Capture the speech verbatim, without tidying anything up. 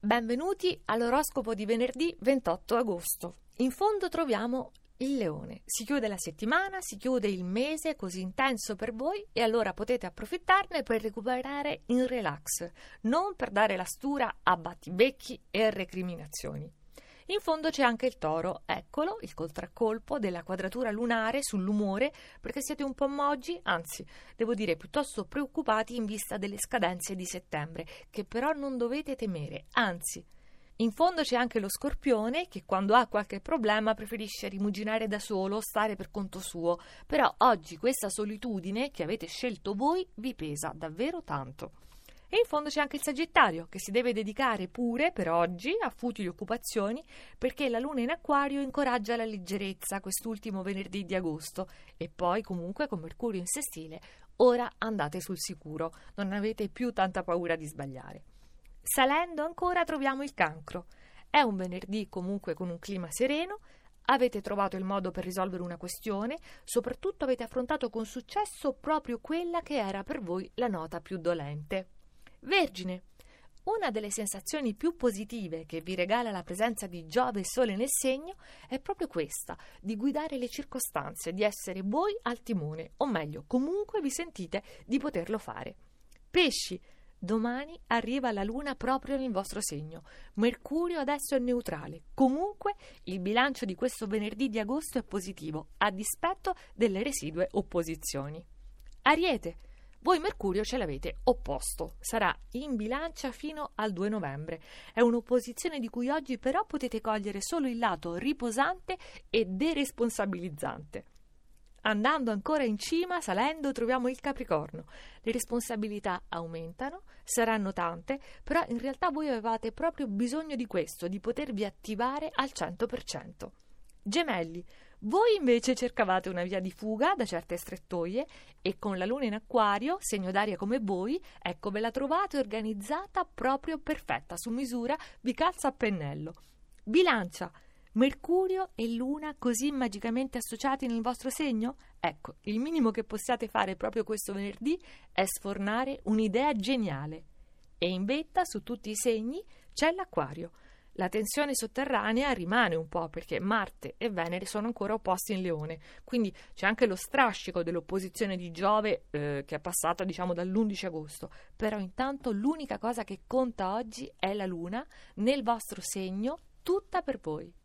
Benvenuti all'oroscopo di venerdì ventotto agosto. In fondo troviamo il Leone. Si chiude la settimana, si chiude il mese così intenso per voi e allora potete approfittarne per recuperare in relax, non per dare la stura a battibecchi e recriminazioni. In fondo c'è anche il Toro, eccolo, il contraccolpo della quadratura lunare sull'umore, perché siete un po' moggi, anzi, devo dire piuttosto preoccupati in vista delle scadenze di settembre, che però non dovete temere, anzi. In fondo c'è anche lo Scorpione, che quando ha qualche problema preferisce rimuginare da solo, stare per conto suo, però oggi questa solitudine che avete scelto voi vi pesa davvero tanto. E in fondo c'è anche il Sagittario, che si deve dedicare pure, per oggi, a futili occupazioni, perché la luna in Acquario incoraggia la leggerezza quest'ultimo venerdì di agosto. E poi, comunque, con Mercurio in sestile, ora andate sul sicuro, non avete più tanta paura di sbagliare. Salendo ancora troviamo il Cancro. È un venerdì comunque con un clima sereno, avete trovato il modo per risolvere una questione, soprattutto avete affrontato con successo proprio quella che era per voi la nota più dolente. Vergine, una delle sensazioni più positive che vi regala la presenza di Giove e Sole nel segno è proprio questa, di guidare le circostanze, di essere voi al timone, o meglio, comunque vi sentite di poterlo fare. Pesci, domani arriva la luna proprio nel vostro segno, Mercurio adesso è neutrale, comunque il bilancio di questo venerdì di agosto è positivo, a dispetto delle residue opposizioni. Ariete, voi Mercurio ce l'avete opposto, sarà in bilancia fino al due novembre. È un'opposizione di cui oggi però potete cogliere solo il lato riposante e deresponsabilizzante. Andando ancora in cima, salendo, troviamo il Capricorno. Le responsabilità aumentano, saranno tante, però in realtà voi avevate proprio bisogno di questo, di potervi attivare al cento per cento. Gemelli, voi invece cercavate una via di fuga da certe strettoie e con la luna in Acquario, segno d'aria come voi, ecco ve la trovate organizzata proprio perfetta, su misura, vi calza a pennello. Bilancia, Mercurio e Luna così magicamente associati nel vostro segno? Ecco, il minimo che possiate fare proprio questo venerdì è sfornare un'idea geniale. E in vetta su tutti i segni c'è l'Acquario. La tensione sotterranea rimane un po' perché Marte e Venere sono ancora opposti in Leone, quindi c'è anche lo strascico dell'opposizione di Giove eh, che è passata diciamo dall'undici agosto, però intanto l'unica cosa che conta oggi è la Luna nel vostro segno, tutta per voi.